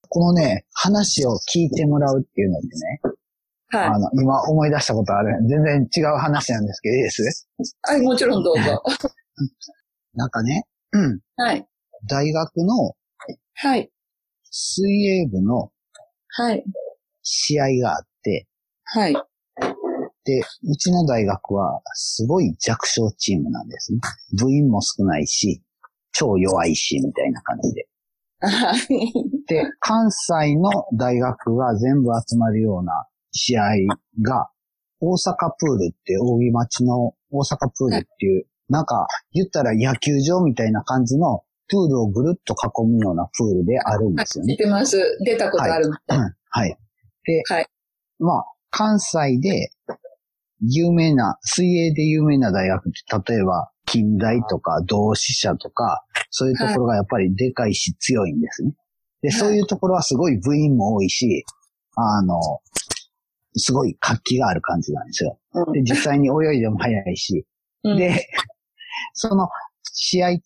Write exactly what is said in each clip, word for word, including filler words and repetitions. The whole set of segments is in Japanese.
このね、話を聞いてもらうっていうのでね、はい。あの、今思い出したことある。全然違う話なんですけど、いいです？ はい、もちろんどうぞ。 なんかね、うん。 はい。 大学の、 はい。 水泳部の、 はい。 試合があって、 はい。 で、うちの大学はすごい弱小チームなんですね。部員も少ないし、超弱いし、みたいな感じで。 はい。 で、関西の大学が全部集まるような試合が、大阪プールって大木町の大阪プールっていう、なんか言ったら野球場みたいな感じのプールをぐるっと囲むようなプールであるんですよね。 知ってます。出たことある。 はい。はい。で、 はい、 まあ、関西で有名な、水泳で有名な大学って、例えば、近大とか同志社とか、そういうところがやっぱりでかいし強いんですね。で、そういうところはすごい部員も多いし、あの、すごい活気がある感じなんですよ。で、実際に泳いでも速いし。で、その試合って、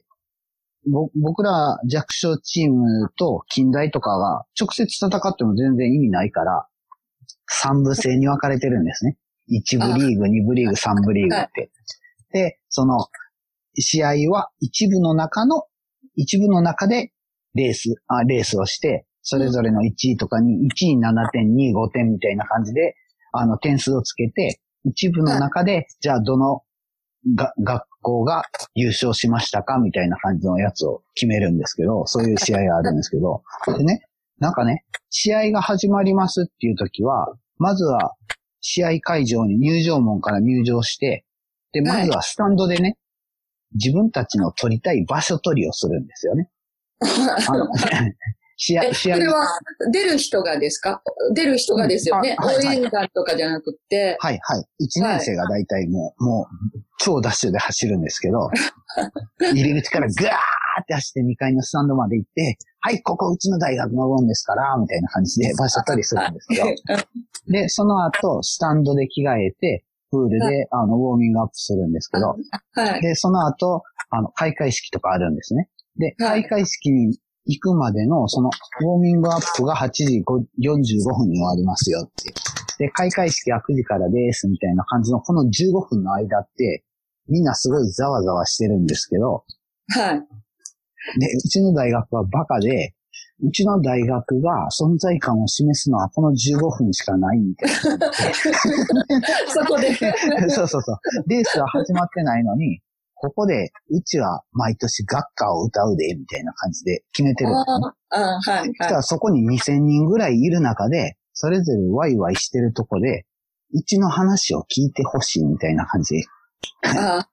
ぼ僕ら弱小チームと近大とかが直接戦っても全然意味ないから、三部制に分かれてるんですね。一部リーグ、二部リーグ、三部リーグって。で、その試合は一部の中の、一部の中でレース、あ、レースをして、それぞれのいちいとかに、いちいななてん、にいごてんみたいな感じで、あの、点数をつけて、一部の中で、じゃあどのが学校が優勝しましたかみたいな感じのやつを決めるんですけど、そういう試合があるんですけど、でね、なんかね、試合が始まりますっていう時は、まずは試合会場に入場門から入場して、で、まずはスタンドでね、自分たちの取りたい場所取りをするんですよね。あの試合、試合。 これは出る人がですか？出る人がですよね。うん、はいはい、応援団とかじゃなくて。 はいはい。いちねん生が大体もう、はい、もう、超ダッシュで走るんですけど、入り口からグワーって走ってにかいのスタンドまで行って、はい、ここうちの大学の門ですから、みたいな感じで場所取りするんですけど、で、その後、スタンドで着替えて、プールで、あの、ウォーミングアップするんですけど、はい、で、その後、あの、開会式とかあるんですね。で、開会式に行くまでの、その、ウォーミングアップがはちじよんじゅうごふんに終わりますよっていう。で、開会式はくじからですみたいな感じの、このじゅうごふんの間って、みんなすごいざわざわしてるんですけど、 はい。 で、うちの大学はバカで、うちの大学が存在感を示すのはこのじゅうごふんしかないみたいな。 そこで。 そうそうそう。レースは始まってないのに、ここで、うちは毎年学歌を歌うで、みたいな感じで決めてるんですね。 ああ、はい、はい。 そしたらそこににせんにんぐらいいる中で、それぞれワイワイしてるとこで、うちの話を聞いてほしいみたいな感じで。 あ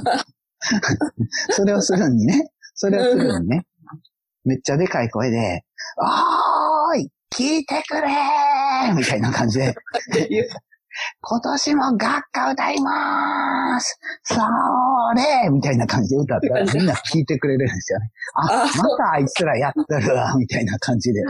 それをするにね、それをするにね、めっちゃでかい声で、おーい聞いてくれーみたいな感じで、今年も学歌歌いまーすそーれーみたいな感じで歌ったらみんな聞いてくれるんですよね。あ、またあいつらやってるわみたいな感じで。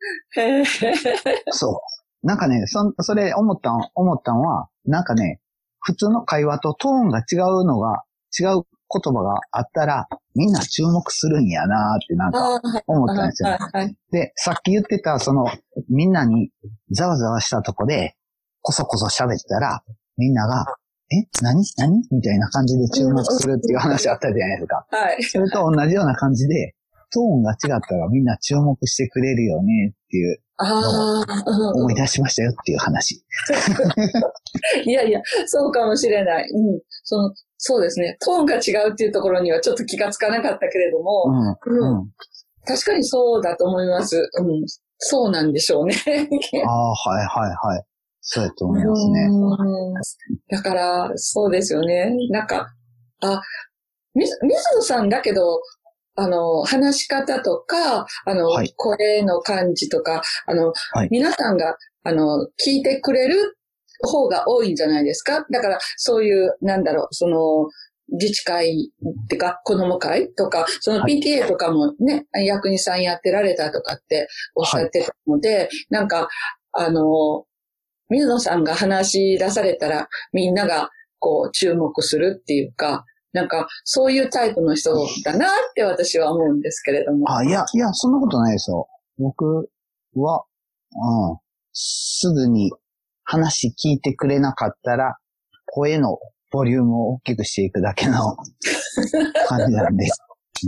そう。なんかね、そ、それ思ったん、思ったんは、なんかね、普通の会話とトーンが違うのが、違う言葉があったら、みんな注目するんやなーってなんか思ったんですよ。で、さっき言ってた、その、みんなにざわざわしたとこで、こそこそ喋ったら、みんなが、え何何みたいな感じで注目するっていう話あったじゃないですか。 はい。 それと同じような感じで、トーンが違ったらみんな注目してくれるよねっていうのを思い出しましたよっていう話。 いやいや、そうかもしれない。うん。その、そうですね。トーンが違うっていうところにはちょっと気がつかなかったけれども、うんうん、確かにそうだと思います。うん、そうなんでしょうね。 ああ、はいはいはい。そうやと思いますね。 うんだから、そうですよね。なんか、あ、水野さんだけど、あの、話し方とか、あの、はい、声の感じとか、あの、はい、皆さんが、あの、聞いてくれる方が多いんじゃないですか。だから、そういう、なんだろう、その、自治会ってか、子供会とか、その ピーティーエー とかもね、はい、役人さんやってられたとかっておっしゃってたので、はい、なんか、あの、水野さんが話し出されたら、みんなが、こう、注目するっていうか、なんか、そういうタイプの人だなって私は思うんですけれども。 あ、いや、いや、そんなことないですよ。 僕は、うん、すぐに話聞いてくれなかったら、声のボリュームを大きくしていくだけの感じなんです。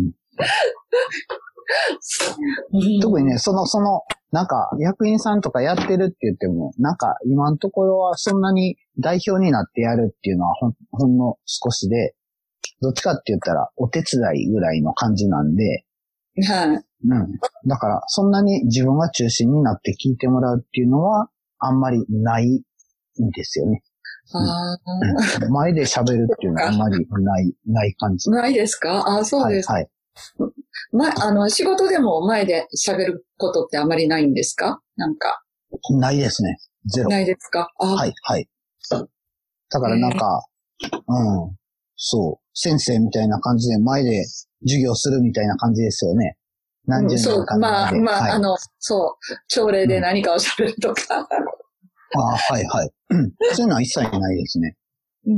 うん、特にね、その、その、なんか、役員さんとかやってるって言っても、なんか、今のところはそんなに代表になってやるっていうのはほん、ほんの少しで、どっちかって言ったら、お手伝いぐらいの感じなんで、 はい。うん。 だから、そんなに自分が中心になって聞いてもらうっていうのは、あんまりないんですよね。あうん、前で喋るっていうのはあんまりない、ない感じ。 ないですか？あ、そうです。はい、はい。ま、あの、仕事でも前で喋ることってあまりないんですか？なんか。 ないですね。ゼロ。 ないですか？あはい、はい。だからなんか、うん。そう。先生みたいな感じで前で授業するみたいな感じですよね。 何十年間まで。そう、まあ、まあ、はい、あの、そう。朝礼で何かを喋るとか。 うん、ああ、はいはい。そういうのは一切ないですね。うん、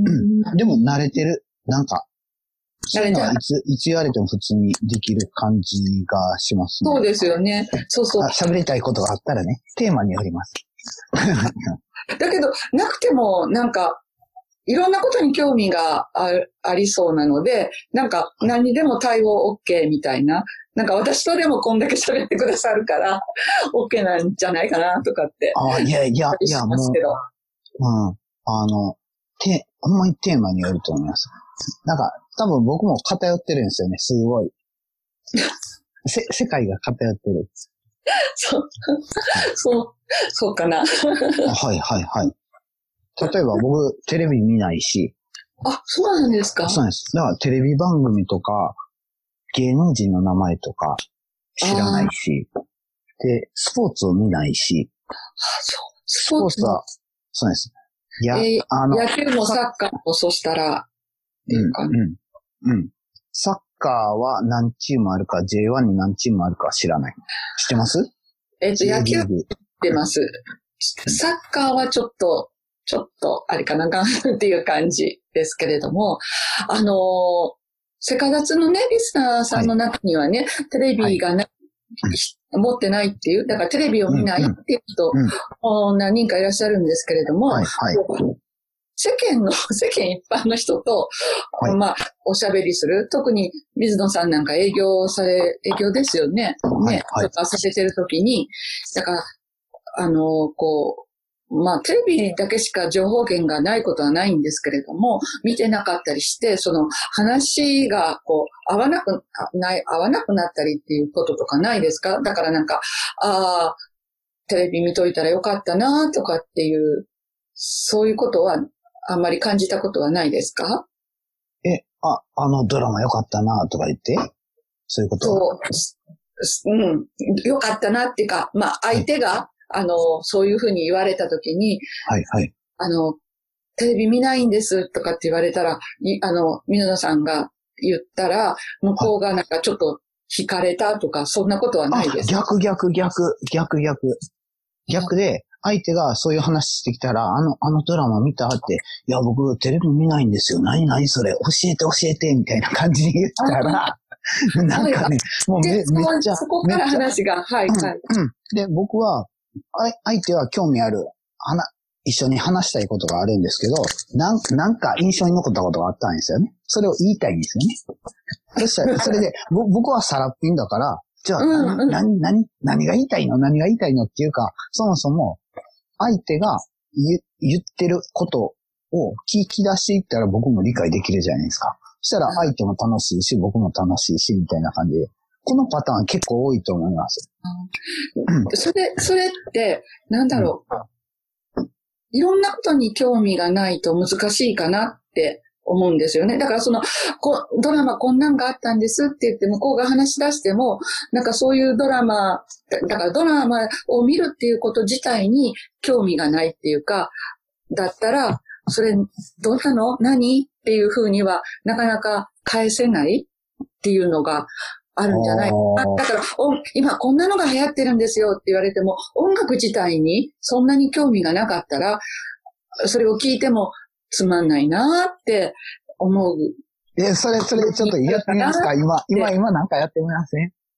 でも慣れてる。なんか、そういうのはいつ、いつ言われても普通にできる感じがしますね。 そうですよね。そうそう。 喋りたいことがあったらね、テーマによります。 だけど、なくても、なんか、いろんなことに興味が あ, ありそうなので、なんか何にでも対応 OK みたいな、なんか私とでもこんだけ喋ってくださるから OK なんじゃないかなとかって。 あいやいや、いやもう、うん、あの、て、ほんまにテーマによると思います。なんか、多分僕も偏ってるんですよね、すごい。せ、世界が偏ってる。 そう、そう、そうかな。 はいはいはい。例えば僕、テレビ見ないし。 あ、そうなんですか？ そうなんです。だからテレビ番組とか、芸能人の名前とか知らないし。で、スポーツを見ないし。 あ、そう。 スポーツは、そうです。 いや、えー、あの、野球もサッカーもそしたら、 うん、うん、うん。サッカーは何チームあるか、ジェイワン に何チームあるか知らない。知ってます？ えっと、野球知ってます。サッカーはちょっと、ちょっと、あれかな、ガンっていう感じですけれども、あのー、セカダツのね、リスナーさんの中にはね、はい、テレビがな、はい、持ってないっていう、だからテレビを見ないっていう人、うんうん、何人かいらっしゃるんですけれども、はいはい、世間の、世間一般の人と、はい、まあ、おしゃべりする。特に水野さんなんか営業され、営業ですよね。ね、はい、とかさせてるときに、だから、あの、こう、まあ、テレビだけしか情報源がないことはないんですけれども、見てなかったりして、その話が、こう、合わなく、ない、合わなくなったりっていうこととかないですか？だからなんか、ああ、テレビ見といたらよかったなとかっていう、そういうことは、あんまり感じたことはないですか？ え、あ、あのドラマよかったなとか言って？そういうこと？ そう、うん、よかったなっていうか、まあ、相手が、はい、あの、そういうふうに言われたときに、 はいはい。 あの、テレビ見ないんですとかって言われたら、あの、水野さんが言ったら、向こうがなんかちょっと惹かれたとか、そんなことはないですか？ 逆逆逆、逆逆。逆で、相手がそういう話してきたら、あの、あのドラマ見たって、いや、僕テレビ見ないんですよ。何何それ教えて教えてみたいな感じに言ったら、なんかね、もうめ、めっちゃ。 そこから話が、はい、はい、 うん。うん。で、僕は、相手は興味ある、はな、一緒に話したいことがあるんですけど、なん、なんか印象に残ったことがあったんですよね。それを言いたいんですよね。そしたら、それで、僕はサラッピンだから、じゃあ、うんうん、何、何、何が言いたいの何が言いたいのっていうか、そもそも、相手が言、言ってることを聞き出していったら僕も理解できるじゃないですか。そしたら相手も楽しいし、僕も楽しいし、みたいな感じで。このパターン結構多いと思います。 うん、それ、それって、なんだろう、うん。いろんなことに興味がないと難しいかなって思うんですよね。だからその、こドラマこんなんがあったんですって言って向こうが話し出しても、なんかそういうドラマ、だからドラマを見るっていうこと自体に興味がないっていうか、だったら、それどんなの何っていうふうにはなかなか返せないっていうのがあるんじゃないか。だから今こんなのが流行ってるんですよって言われても、音楽自体にそんなに興味がなかったら、それを聞いてもつまんないなって思う。 え、それ、それちょっとやってみますか？今、今、今なんかやってみません？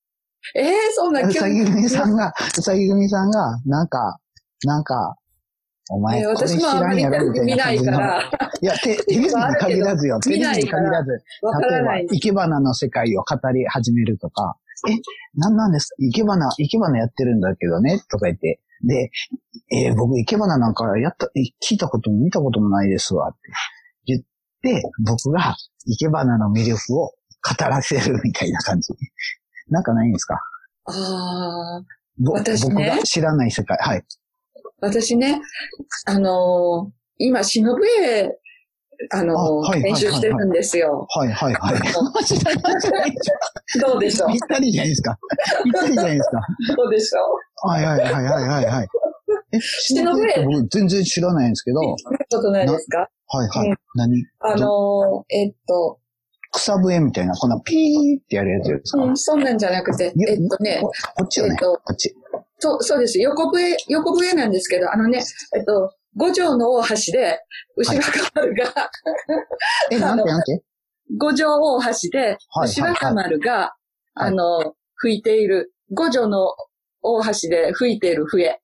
ええー、そんなうさぎ組さんが、うさぎ組さんが、なんか、なんか、お前、これ知らんやろみたいな感じの。いや、テレビに限らずよ。テレビに限らず。例えば、生け花の世界を語り始めるとか、え、なんなんですか生け花、生け花やってるんだけどねとか言って。で、えー、僕、生け花なんかやった、聞いたことも見たこともないですわって言って、僕が生け花の魅力を語らせるみたいな感じ。なんかないんですか？ ああ、 私ね。僕が知らない世界。はい。 私ね、あのー、今、しのぶえ、あのー、はい、練習してるんですよ。 はいはいはい。 どうでしょう？ ぴったりじゃないですか。ぴったりじゃないですか。 どうでしょう？はいはいはいはいはいはい。え、しのぶえ僕全然知らないんですけど。 見たことないですか？ はいはい。うん、何？ あのー、えっと、 草笛みたいな、こんなピーってやるやつですか？ うん、そんなんじゃなくて、えっとね、 こ, こっちよね、えっと、こっち。 そう、そうです。横笛、横笛なんですけど、あのね、えっと、五条の大橋で、牛若丸が、はい、 え、なんてなんて五条大橋で、牛若丸が、はいはいはい、あの、吹いている、五条の大橋で吹いている笛。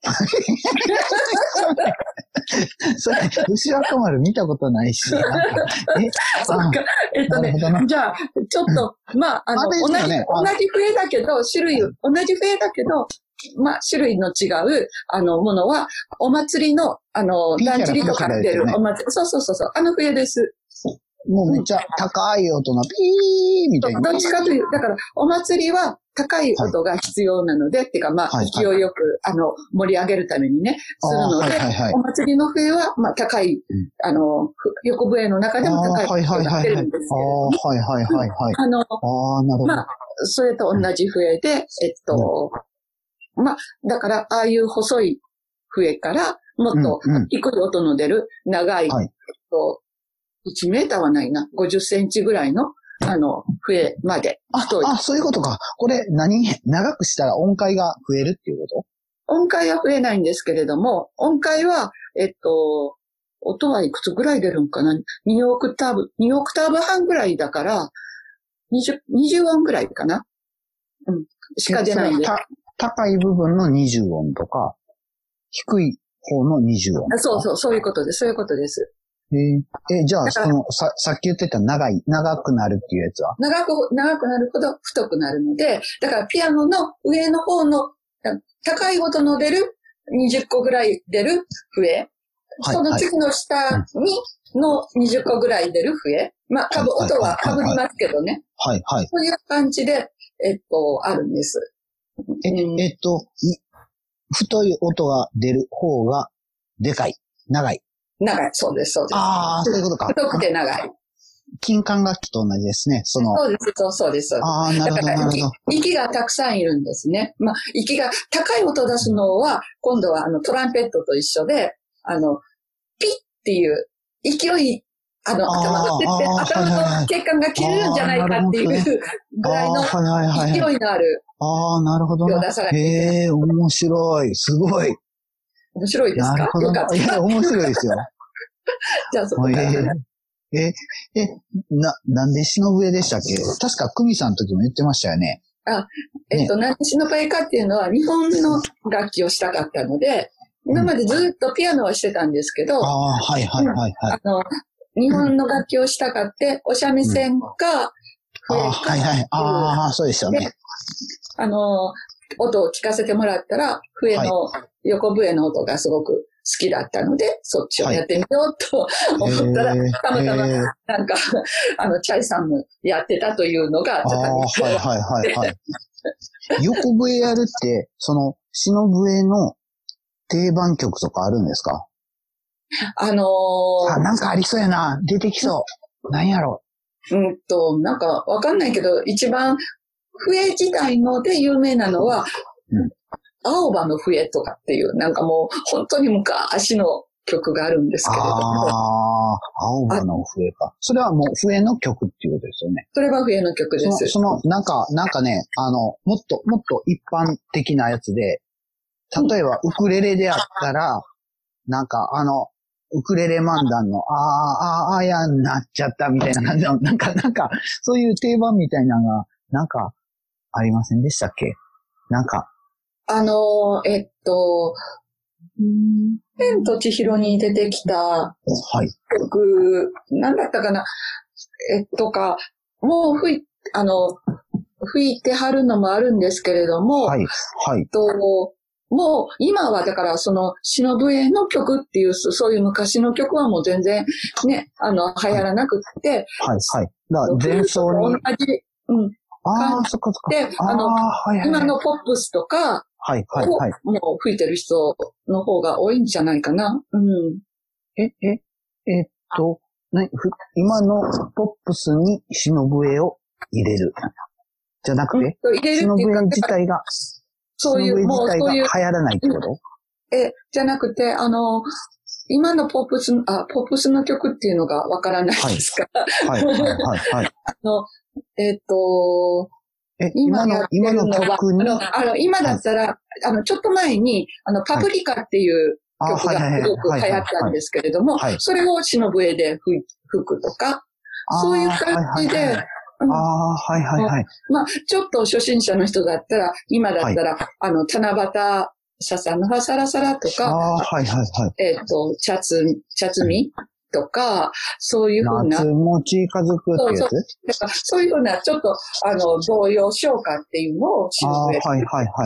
それ、牛若丸見たことないし。なんかえ、そっか。えっとね、じゃあ、ちょっと、まあ、あの、同じ、同じ笛だけど、種類、同じ笛だけど、まあ、種類の違う、あの、ものは、お祭りの、あの、だんじりとか出るお祭り、そうそうそうそう、あの笛です。 もうめっちゃ高い音のピーみたいな。 どっちかという、だから、お祭りは高い音が必要なので、はい、っていうか、まあ、はいはい、勢いよく、あの、盛り上げるためにね、するので、はいはいはい、お祭りの笛は、まあ、高い、うん、あの、横笛の中でも高い音が出るんですけれども、 はいはいはいはい。 あの、 あなるほど。 まあ、それと同じ笛で、えっと、うん、まあ、だから、ああいう細い笛から、もっと低い音の出る長い、うんうん、えっと、いちメーターはないな。ごじゅっセンチぐらいの、あの、笛まで。 あ、あ、そういうことか。これ、何長くしたら音階が増えるっていうこと？ 音階は増えないんですけれども、音階は、えっと、音はいくつぐらい出るんかな ?に オクターブ、にオクターブ半ぐらいだから、にじゅう、にじゅう音ぐらいかな。うん。しか出ないんで。 高い部分のにじゅう音とか、低い方のにじゅう音とか。 そうそう、そういうことです。そういうことです。 えー、え、じゃあ、その、さ、さっき言ってた長い、長くなるっていうやつは長く、長くなるほど太くなるので、だからピアノの上の方の高い音の出るにじゅっこぐらい出る笛、はい、その次の下にのにじゅっこぐらい出る笛、まあ、かぶ、音は被りますけどね。 はい、はい。 そういう感じで、えっと、あるんです。 え、うん、えっと、太い音が出る方がでかい、長い。 長い、そうです、そうです。 ああ、そういうことか。 太くて長い。 金管楽器と同じですね、その。 そうです、そうそうです。 ああ、なるほど、なるほど。 息がたくさんいるんですね。まあ、息が高い音を出すのは、今度はあのトランペットと一緒で、あの、ピッっていう勢い、あの、頭が出て、頭の血管が切れるんじゃないかっていうぐらいの勢いのある。 ああ、なるほど。へえ、面白い。すごい。 面白いですか？ なるほど。 よかった。 いや、面白いですよ。 じゃあそこから。 え、え、な、なんで篠笛でしたっけ？確か久美さんの時も言ってましたよね。 あ、えっと、ね、なんで篠笛かっていうのは日本の楽器をしたかったので、今までずっとピアノはしてたんですけど、 うん、ああ、はいはいはいはい。 あの、日本の楽器をしたかって、お三味線か、 笛か、うん、あはいはい。ああ、そうですよね。 あの、音を聞かせてもらったら、笛の、横笛の音がすごく好きだったので、そっちをやってみようと思ったら、はい、たまたま、なんか、あの、チャイさんもやってたというのが、 ああ、はいはいはいはい。横笛やるって、その、篠笛の定番曲とかあるんですか？ あのー、 あ、なんかありそうやな。出てきそう。なんやろ。 うんと、なんかわかんないけど、一番、笛自体ので有名なのは、うん、青葉の笛とかっていう、なんかもう本当に昔の曲があるんですけれども。 ああ、青葉の笛か。それはもう笛の曲っていうことですよね。 それは笛の曲です。 その、そのなんか、なんかね、あの、もっと、もっと一般的なやつで、例えばウクレレであったら、うん、なんかあの、ウクレレ漫談の、ああ、ああ、やんなっちゃったみたいな感じの、なんか、なんか、そういう定番みたいなのが、なんか、ありませんでしたっけ？ なんか。 あの、えっと、千と千尋に出てきた曲、はい、なんだったかな、えっとか、もう吹い、あの、吹いてはるのもあるんですけれども、はい、はい。ともう今はだからその忍笛の曲っていうそういう昔の曲はもう全然ねあの流行らなくって、はい、 はい、だから前奏に同じ、うん、 ああそっかそっかであの、はいはい、今のポップスとかはいはいはい、 もう吹いてる人の方が多いんじゃないかな。うん、 えええっとね今のポップスに忍笛を入れるじゃなくて、うん、入れるっていうか忍笛自体がそういう、もうそういう。 流行らないってこと？ え、じゃなくて、あの、今のポップス、あ、ポップスの曲っていうのがわからないですか？はい、はい、はい、はい。あの、えっと、 え、今の、今の曲にあの、あの、今だったら、はい、あの、ちょっと前に、あの、パプリカっていう曲がすごく流行ったんですけれども、それを忍笛で吹くとか、そういう感じで、はいはいはいああ、はいはいはい。 まあ、ちょっと初心者の人だったら、今だったら、はい、あの、七夕笹の葉サラサラとか、 あはいはいはい。 えっ、ー、と、茶摘み、茶摘みとか、そういうふうな。 夏も近づくってやつ？ そうそう。だからそういうふうな、ちょっと、あの、童謡唱歌っていうのを忍笛。 あはいはいはいはい。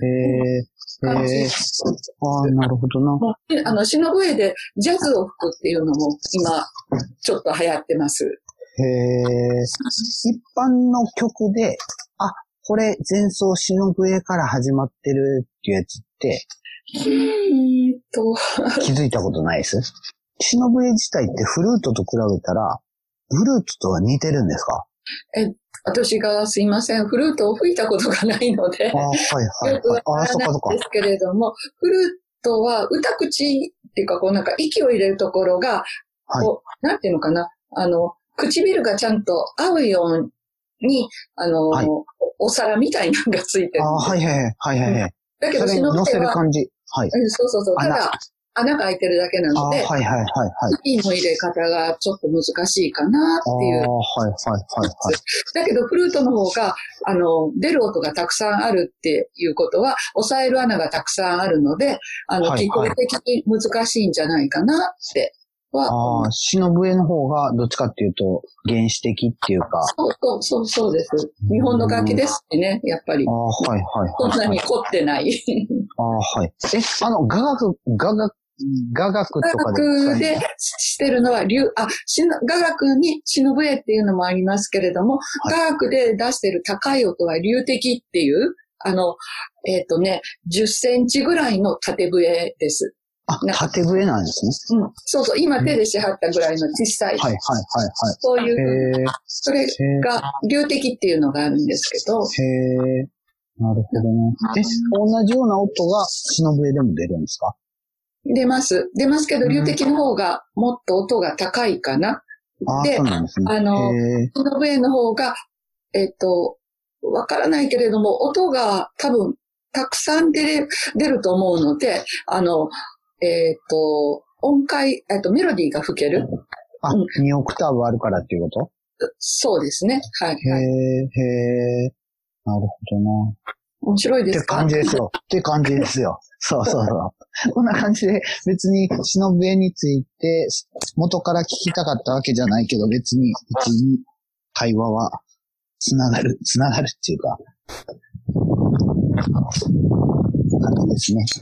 へえ。へえ。ああ、なるほどな。 あの、忍笛でジャズを吹くっていうのも今、ちょっと流行ってます。 へえ。一般の曲で、あ、これ前奏忍笛から始まってるっていうやつって、 うーんと気づいたことないです。忍笛自体ってフルートと比べたら、フルートとは似てるんですか？ え、私がすいません、フルートを吹いたことがないので、 あはいはい、 よくわからないんですけれども、フルートは歌口っていうか、こうなんか息を入れるところが、はい、こう、なんていうのかな、あの、唇がちゃんと合うように、あの、はい、お皿みたいなのがついてる。 あはいはいはいはいはい。だけど、それに乗せる感じ。はい。 そうそうそう。ただ、穴が開いてるだけなので、 はいはいはいはい。 息の入れ方がちょっと難しいかなっていう。 あはいはいはいはい。 だけど、フルートの方が、あの、出る音がたくさんあるっていうことは、抑える穴がたくさんあるので、あの、聞こえ的に難しいんじゃないかなっては。 ああ、忍笛の方がどっちかっていうと原始的っていうか。 そうそうそうそうです。日本の楽器ですってね、やっぱり。 ああ、はいはいはい。 そんなに凝ってない。 ああ、はい。え、あの、雅楽、雅楽、雅楽とかで雅楽でしてるのは、流、あ、雅楽に忍笛っていうのもありますけれども、はい、雅楽で出してる高い音は流笛っていう、あの、えっとね、じゅっセンチぐらいの縦笛です。 あ、縦笛なんですね。 うん。そうそう。今手でしはったぐらいの小さい。 はいはいはいはい。 そういう。それが、流笛っていうのがあるんですけど。 へー。なるほどね。え、同じような音が忍笛でも出るんですか？ 出ます。出ますけど、流笛の方がもっと音が高いかな。 うん、で、あ、そうなんですね。 あの、忍笛の方が、えっと、わからないけれども、音が多分、たくさん出る、出ると思うので、あの、えっと、音階、えっと、メロディーが吹ける。 あ、うん、にオクターブあるからっていうこと？ そうですね。はい、はい。へー、へー。なるほどな。 面白いですか？ って感じですよ。って感じですよ。そうそうそう。こんな感じで、別に忍笛について元から聞きたかったわけじゃないけど、別に普通に会話はつながる、つながるっていうか、あとですね。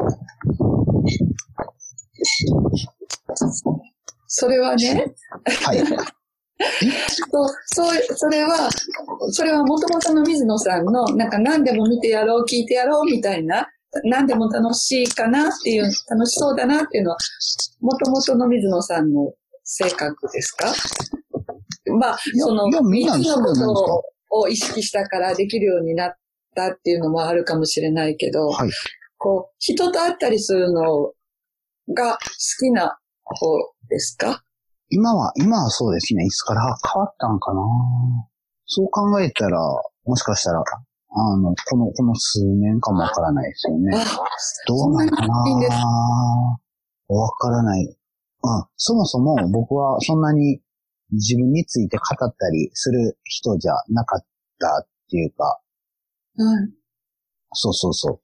それはね。 はい。 そう、そう、それは、それはもともとの水野さんの、なんか何でも見てやろう、聞いてやろうみたいな、何でも楽しいかなっていう、楽しそうだなっていうのは、もともとの水野さんの性格ですか？まあ、その、みっつのことを意識したからできるようになったっていうのもあるかもしれないけど、はい、こう、人と会ったりするのが好きな方ですか？ 今は、今はそうですね。いつから変わったんかな。そう考えたら、もしかしたら、あの、この、この数年かもわからないですよね。どうなのかな。わからない。うん。そもそも僕はそんなに自分について語ったりする人じゃなかったっていうか、 うん。 そうそうそう。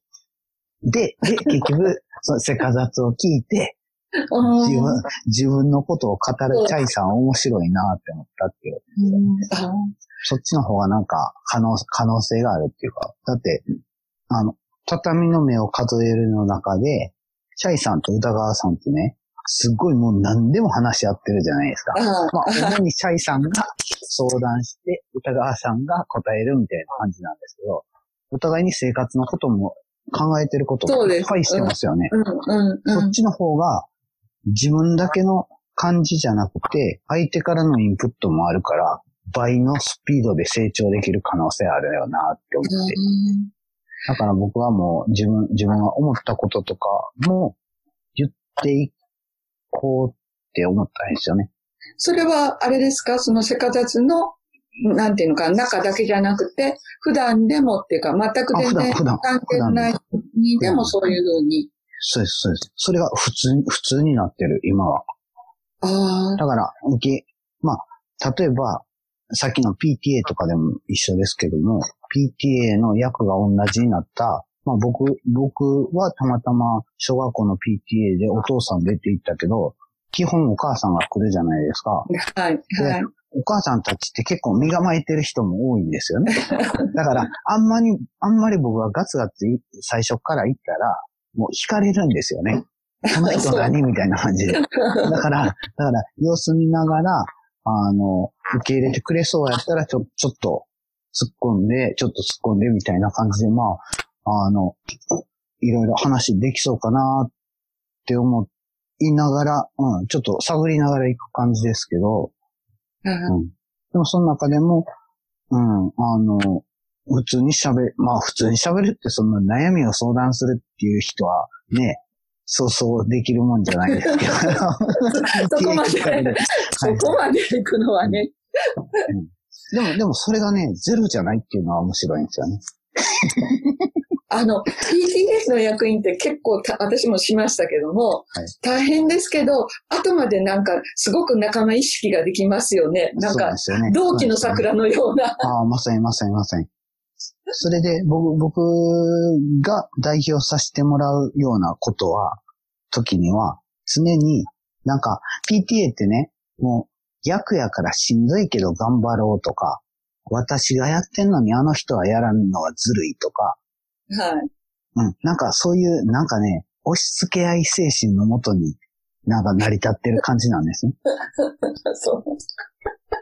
で、で、結局、そのセカザツを聞いて、自分、自分のことを語るチャイさん面白いなって思ったっていう。そっちの方がなんか可能、可能性があるっていうか、だって、あの、畳の目を数えるの中で、チャイさんと宇田川さんってね、すっごいもう何でも話し合ってるじゃないですか。まあ、主にチャイさんが相談して、宇田川さんが答えるみたいな感じなんですけど、お互いに生活のことも考えてることをいっぱいしてますよね。うんうんうん、そっちの方が自分だけの感じじゃなくて、相手からのインプットもあるから、倍のスピードで成長できる可能性あるよなって思って。うん、だから僕はもう自分、自分が思ったこととかも言っていこうって思ったんですよね。 それはあれですか、そのセカザツのなんていうのか、中だけじゃなくて、普段でもっていうか、全く全然関係ないにでもそういうふうに。 そうです、そうです。それが普通、普通になってる、今は。ああ。だから、受け、まあ、例えば、さっきの ピーティーエー とかでも一緒ですけども、ピーティーエー の役が同じになった、まあ僕、僕はたまたま小学校の ピーティーエー でお父さん出て行ったけど、基本お母さんが来るじゃないですか。はい、はい。お母さんたちって結構身構えてる人も多いんですよね。だから、あんまり、あんまり僕はガツガツ最初から行ったら、もう惹かれるんですよね。この人何みたいな感じで。だから、だから、様子見ながら、あの、受け入れてくれそうやったら、ちょ、ちょっと突っ込んで、ちょっと突っ込んでみたいな感じで、まあ、あの、いろいろ話できそうかなって思いながら、うん、ちょっと探りながら行く感じですけど、うん、でもその中でも、うん、あの、普通に喋る、まあ普通に喋るってそんな悩みを相談するっていう人はね、そうそうできるもんじゃないですけど。 そこまで、そこまで行くのはね、 うん。でも、でもそれがね、ゼロじゃないっていうのは面白いんですよね。 あの、ピーティーエー の役員って結構た私もしましたけども、はい、大変ですけど、後までなんかすごく仲間意識ができますよね。なんか、ね、同期の桜のような。 ね、ああ、まさにまさにまさに。それで僕、僕が代表させてもらうようなことは、時には、常になんか ピーティーエー ってね、もう役やからしんどいけど頑張ろうとか、私がやってんのにあの人はやらんのはずるいとか、はい。うん。なんかそういう、なんかね、押し付け合い精神のもとに、なんか成り立ってる感じなんですね。そう。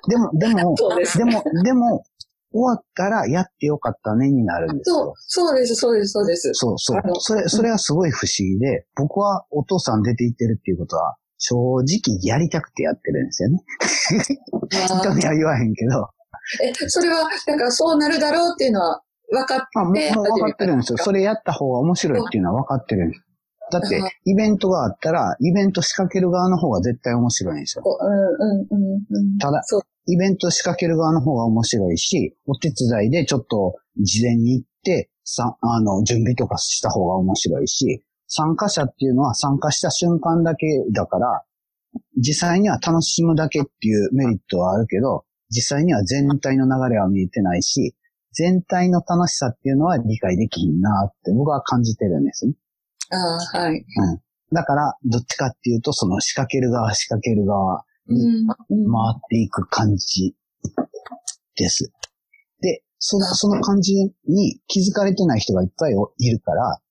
でも、でも、そうです。でも、でも、終わったらやってよかったねになるんですよ。 そう、そうです、そうです、そうです。 そうそう。それ、それはすごい不思議で、僕はお父さん出て行ってるっていうことは、正直やりたくてやってるんですよね。人には言わへんけど。 え、それは、だからそうなるだろうっていうのは、分かって。 あ、もう分かってるんですよ。それやった方が面白いっていうのは分かってるんです。だって、イベントがあったら、イベント仕掛ける側の方が絶対面白いんですよ。うんうんうんうん、ただ、イベント仕掛ける側の方が面白いし、お手伝いでちょっと事前に行って、さ、あの、準備とかした方が面白いし、参加者っていうのは参加した瞬間だけだから、実際には楽しむだけっていうメリットはあるけど、実際には全体の流れは見えてないし、全体の楽しさっていうのは理解できひんなって僕は感じてるんですね。 ああ、はい。うん。 だから、どっちかっていうと、その仕掛ける側、仕掛ける側に回っていく感じです。で、その、その感じに気づかれてない人がいっぱいいるから。はい。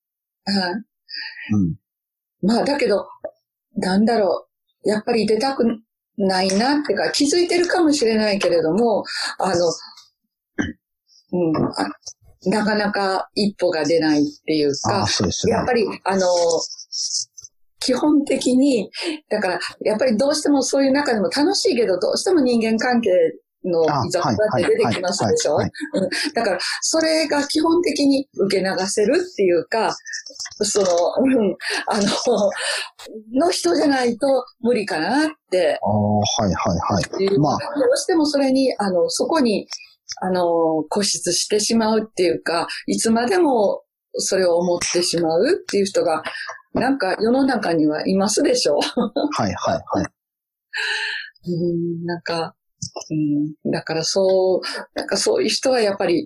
うん。まあ、だけど、なんだろう。やっぱり出たくないなってか、気づいてるかもしれないけれども、あの、うん、あなかなか一歩が出ないっていうか、そうですね、やっぱり、あの、基本的に、だから、やっぱりどうしてもそういう中でも楽しいけど、どうしても人間関係のいざこざって出てきますでしょ。だから、それが基本的に受け流せるっていうか、その、うん、あの、の人じゃないと無理かなって。 ああ、はいはいはい。 まあ、どうしてもそれに、あの、そこに、あの、固執してしまうっていうか、いつまでもそれを思ってしまうっていう人が、なんか世の中にはいますでしょ。 はいはいはい。 うん、なんか、うん、だからそう、なんかそういう人はやっぱり、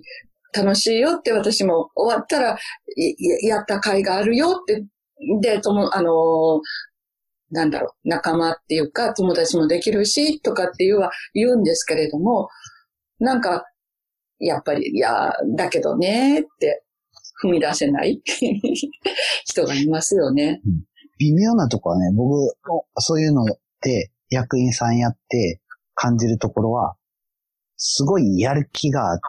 楽しいよって私も終わったら、やった甲斐があるよって、で、とも、あのー、なんだろう、仲間っていうか、友達もできるし、とかっていうは言うんですけれども、なんか、やっぱり、いや、だけどね、って踏み出せない人がいますよね。 うん、微妙なとこはね、僕、そういうのって役員さんやって感じるところは、すごいやる気があって、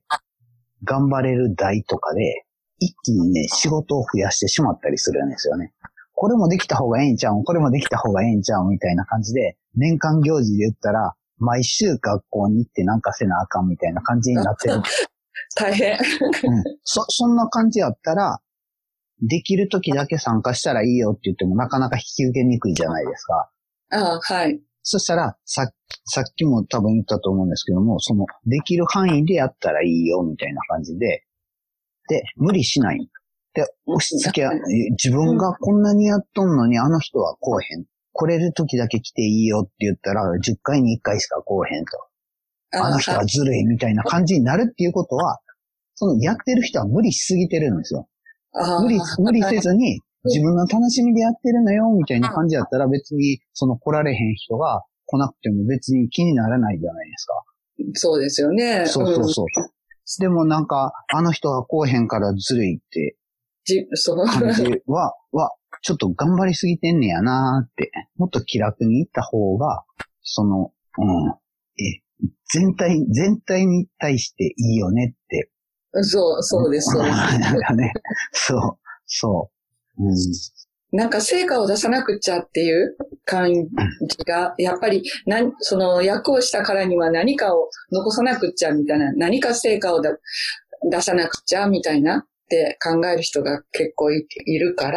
頑張れる代とかで、一気にね、仕事を増やしてしまったりするんですよね。これもできた方がええんちゃうん、これもできた方がええんちゃうんみたいな感じで、年間行事で言ったら、毎週学校に行ってなんかせなあかんみたいな感じになってる。 大変。 うん。そ、そんな感じやったら、できる時だけ参加したらいいよって言ってもなかなか引き受けにくいじゃないですか。 ああ、はい。 そしたら、さ、さっきも多分言ったと思うんですけども、その、できる範囲でやったらいいよみたいな感じで、で、無理しない。で、押し付け、自分がこんなにやっとんのにあの人はこうへん。来れる時だけ来ていいよって言ったら、じゅっかいにいっかいしか来おへんと。あの人はずるいみたいな感じになるっていうことは、そのやってる人は無理しすぎてるんですよ。無理、無理せずに、自分の楽しみでやってるのよ、みたいな感じだったら別に、その来られへん人が来なくても別に気にならないじゃないですか。 そうですよね。 そうそうそう。うん、でもなんか、あの人が来おへんからずるいって、感じは、は、ちょっと頑張りすぎてんねやなーって、もっと気楽に行った方が、その、うん、え、全体、全体に対していいよねって。 そう、そうです、そうです。 なんかね、そう、そう。うん、 なんか成果を出さなくちゃっていう感じが、やっぱり、なその役をしたからには何かを残さなくちゃみたいな、何か成果を出さなくちゃみたいなって考える人が結構 い, いるから。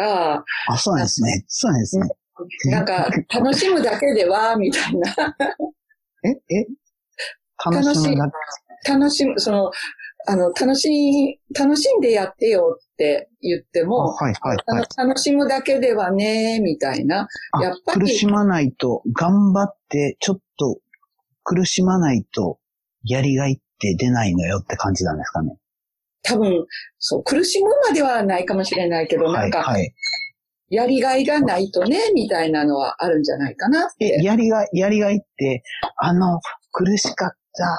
あ、そうなんですね。そうなんですね。 なんか、楽しむだけでは、みたいな。 ええ楽しむだけ楽しむ、その、あの、楽しい、楽しんでやってよって言っても、 はいはいはい、 楽しむだけではね、みたいな。 やっぱり。苦しまないと、頑張って、ちょっと苦しまないと、やりがいって出ないのよって感じなんですかね。 多分、そう、苦しむまではないかもしれないけど、なんか、はいはい、やりがいがないとね、みたいなのはあるんじゃないかなって。 え、やりがい、やりがいって、あの、苦しかった、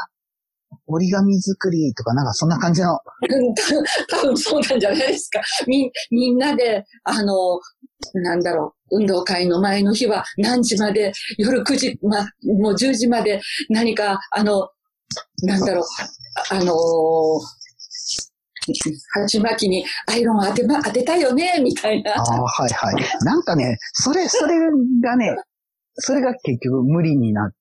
折り紙作りとかなんかそんな感じの。 多分そうなんじゃないですか。み、みんなで、あの、なんだろう、運動会の前の日は何時まで、夜くじ、ま、もうじゅうじまで何か、あの、なんだろう、あの鉢巻きにアイロン当てま、当てたよね、みたいな。 ああ、はいはい。なんかね、それ、それがね、それが結局無理になって、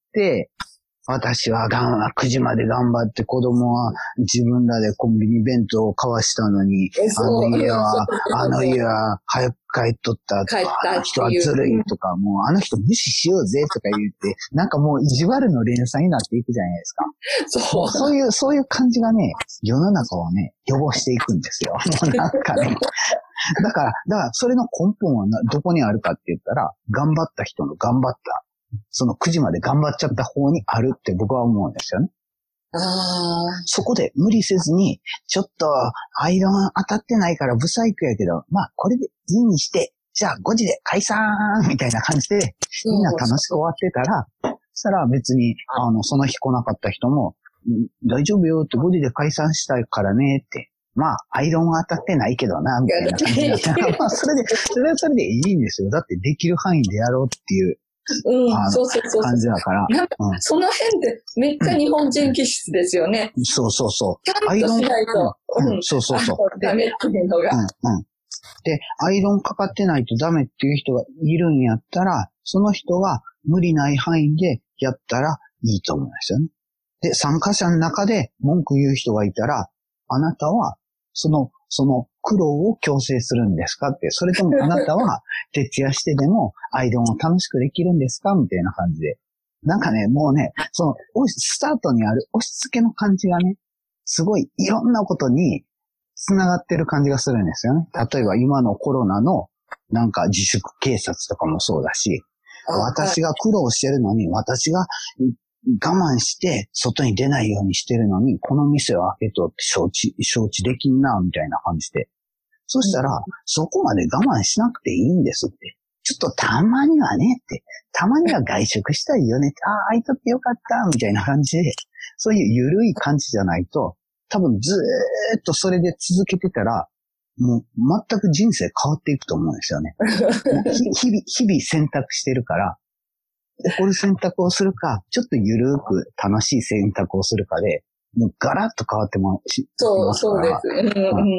私はがん、くじまで頑張って子供は自分らでコンビニ弁当を買わしたのに、あの家は、あの家は早く帰っとった、 帰ったあの人はずるいとか、もうあの人無視しようぜとか言って、なんかもう意地悪の連鎖になっていくじゃないですか。そう。そういう、そういう感じがね、世の中をね、汚していくんですよ。なんかね。だから、だからそれの根本はどこにあるかって言ったら、頑張った人の頑張った。そのくじまで頑張っちゃった方にあるって僕は思うんですよね。 ああ。 そこで無理せずに、ちょっとアイロン当たってないからブサイクやけど、まあこれでいいにして、じゃあごじで解散みたいな感じで、みんな楽しく終わってたら、そしたら別に、あの、その日来なかった人も、大丈夫よってごじで解散したいからねって。まあ、アイロンは当たってないけどな、みたいな感じになって。まあ、それで、それはそれでいいんですよ。だってできる範囲でやろうっていう。 うん、そうそうそう。 感じだから。 なんか、うん、その辺でめっちゃ日本人気質ですよね。 うん、そうそうそう。 ちゃんとしないと。 うん、そうそうそう。 ダメっていうのが。 うん、うん。で、アイロンかかってないとダメっていう人がいるんやったら、その人が無理ない範囲でやったらいいと思うんですよね。で、参加者の中で文句言う人がいたら、あなたは、その、その苦労を強制するんですかって、それともあなたは徹夜してでもアイロンを楽しくできるんですかみたいな感じで。なんかね、もうね、その、スタートにある押し付けの感じがね、すごいいろんなことに繋がってる感じがするんですよね。例えば今のコロナのなんか自粛警察とかもそうだし、私が苦労してるのに私が我慢して外に出ないようにしてるのに、この店を開けとって承知、承知できんな、みたいな感じで。そしたら、うん、そこまで我慢しなくていいんですって。ちょっとたまにはねって、たまには外食したいよねって、ああ、開いとってよかった、みたいな感じで、そういう緩い感じじゃないと、多分ずーっとそれで続けてたら、もう全く人生変わっていくと思うんですよね。日々、日々選択してるから、怒る選択をするか、ちょっと緩く楽しい選択をするかで、もうガラッと変わってもしそう、そうです。うん、うん。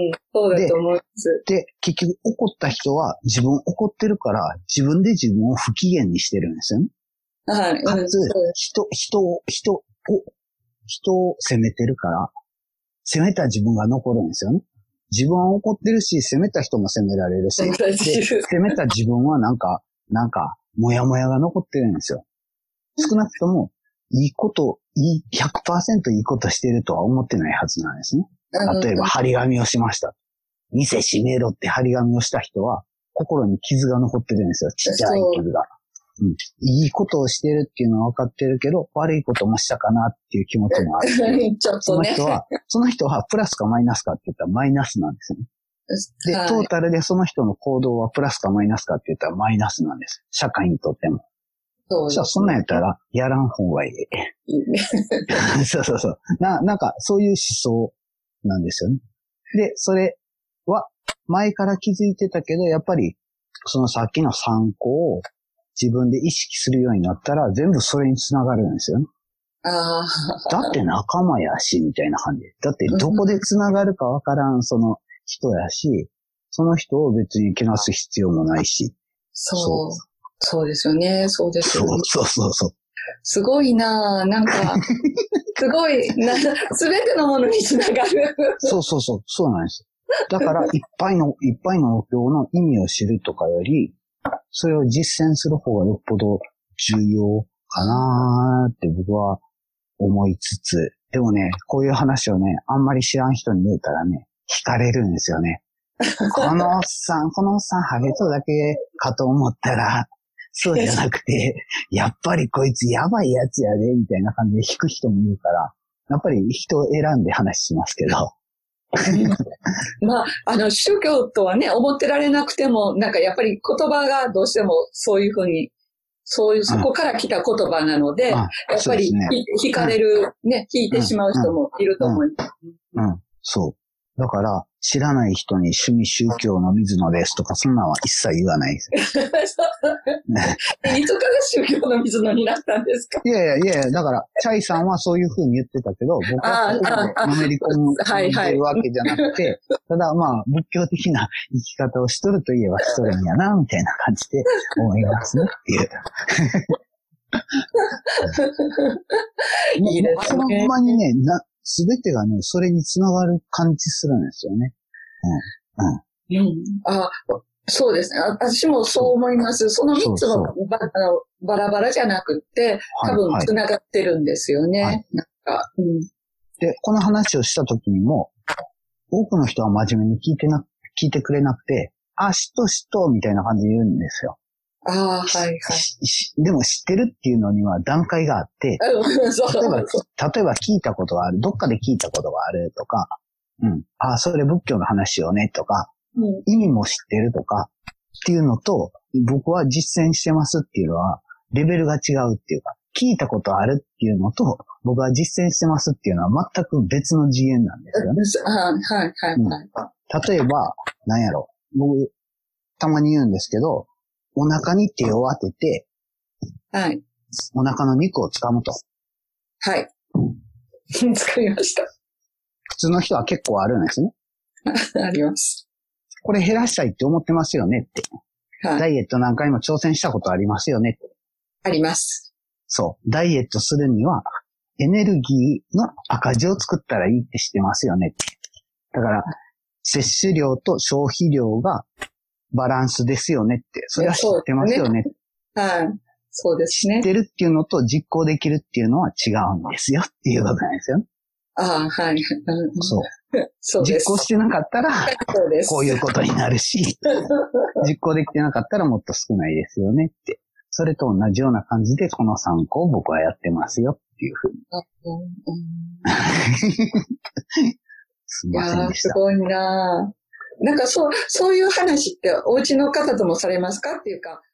そうだと思います。 で、結局怒った人は自分怒ってるから、自分で自分を不機嫌にしてるんですよね。 はい。 かつ、人、人を、人を、人を責めてるから、責めた自分が残るんですよね。自分は怒ってるし、責めた人も責められるし、で責めた自分はなんか、なんか、もやもやが残ってるんですよ。少なくとも、いいこと、いい、ひゃくパーセントいいことしてるとは思ってないはずなんですね。例えば、張り紙をしました。店閉めろって張り紙をした人は、心に傷が残ってるんですよ。ちっちゃい傷が。うん。いいことをしてるっていうのは分かってるけど、悪いこともしたかなっていう気持ちもある。 ちょっとね。 その人は、その人はプラスかマイナスかって言ったらマイナスなんですよね。で、はい、トータルでその人の行動はプラスかマイナスかって言ったらマイナスなんです。社会にとっても。そうです。じゃあそんなんやったら、やらん方がいい。いいね。そうそうそう。な、なんか、そういう思想なんですよね。で、それは、前から気づいてたけど、やっぱり、そのさっきの参考を自分で意識するようになったら、全部それにつながるんですよね。 ああ。 だって仲間やし、みたいな感じ。だってどこでつながるかわからん、その人やし、その人を別にけなす必要もないし。 そう。そうそうですよね。そうですよね。 そうそうそう。 すごいなぁ。なんか、すごいな、すべてのものにつながる。 そうそうそう。そうなんです。だから、いっぱいの、いっぱいのお経の意味を知るとかより、それを実践する方がよっぽど重要かなーって僕は思いつつ、でもね、こういう話をね、あんまり知らん人に言うたらね、惹かれるんですよね。このおっさん、このおっさんハゲとだけかと思ったら、そうじゃなくて、やっぱりこいつやばいやつやで、みたいな感じで引く人もいるから、やっぱり人を選んで話しますけど。 まあ、あの、宗教とはね、思ってられなくても、なんかやっぱり言葉がどうしてもそういうふうに、そういう、そこから来た言葉なので、やっぱり、ね、惹かれる、うん、ね、引いてしまう人もいると思います。 うん、うんうん、そう。だから、知らない人に趣味宗教の水野ですとか、そんなのは一切言わないです。 ね、いつから宗教の水野になったんですか？ いやいやいや、だから、チャイさんはそういう風に言ってたけど、僕はそこまでのめり込むわけじゃなくて、ただまあ、仏教的な生き方をしとるといえばしとるんやな、みたいな感じで思いますねっていう。いいですね。ほんまにね、な、すべてがね、それにつながる感じするんですよね。 うん。うん。うん。あ、そうですね。私もそう思います。そのみっつのババラバラじゃなくて、多分つながってるんですよね。はいはい、なんか、うん。 で、この話をした時にも、多くの人は真面目に聞いてな、聞いてくれなくて、あ、しとしと、みたいな感じで言うんですよ。 ああ、はいはい。 でも知ってるっていうのには段階があって、例えば、例えば聞いたことがある、どっかで聞いたことがあるとか、うん。ああ、それ仏教の話よねとか、うん、意味も知ってるとかっていうのと、僕は実践してますっていうのは、レベルが違うっていうか、聞いたことあるっていうのと、僕は実践してますっていうのは全く別の次元なんですよね。 はいはいはい、うん。 例えば、なんやろ、僕、たまに言うんですけど、お腹に手を当てて、 はい。 お腹の肉を掴むと。 はい。掴みました。 普通の人は結構あるんですね。 あります。 これ減らしたいって思ってますよねって。はい。ダイエット何回も挑戦したことありますよねって。 あります。 そう。ダイエットするには、エネルギーの赤字を作ったらいいって知ってますよねって。だから、摂取量と消費量がバランスですよねって。それは知ってますよね。 はい。そうですね。 知ってるっていうのと実行できるっていうのは違うんですよっていうことなんですよね。 ああ、はい。 そう。 そうです。 実行してなかったら、 そうです。 こういうことになるし、実行できてなかったらもっと少ないですよねって。それと同じような感じでこの参考を僕はやってますよっっていうふうに。 うんうん、 すみませんでした。 いやー、すごいなー。なんかそう、そういう話ってお家の方ともされますかっていうか、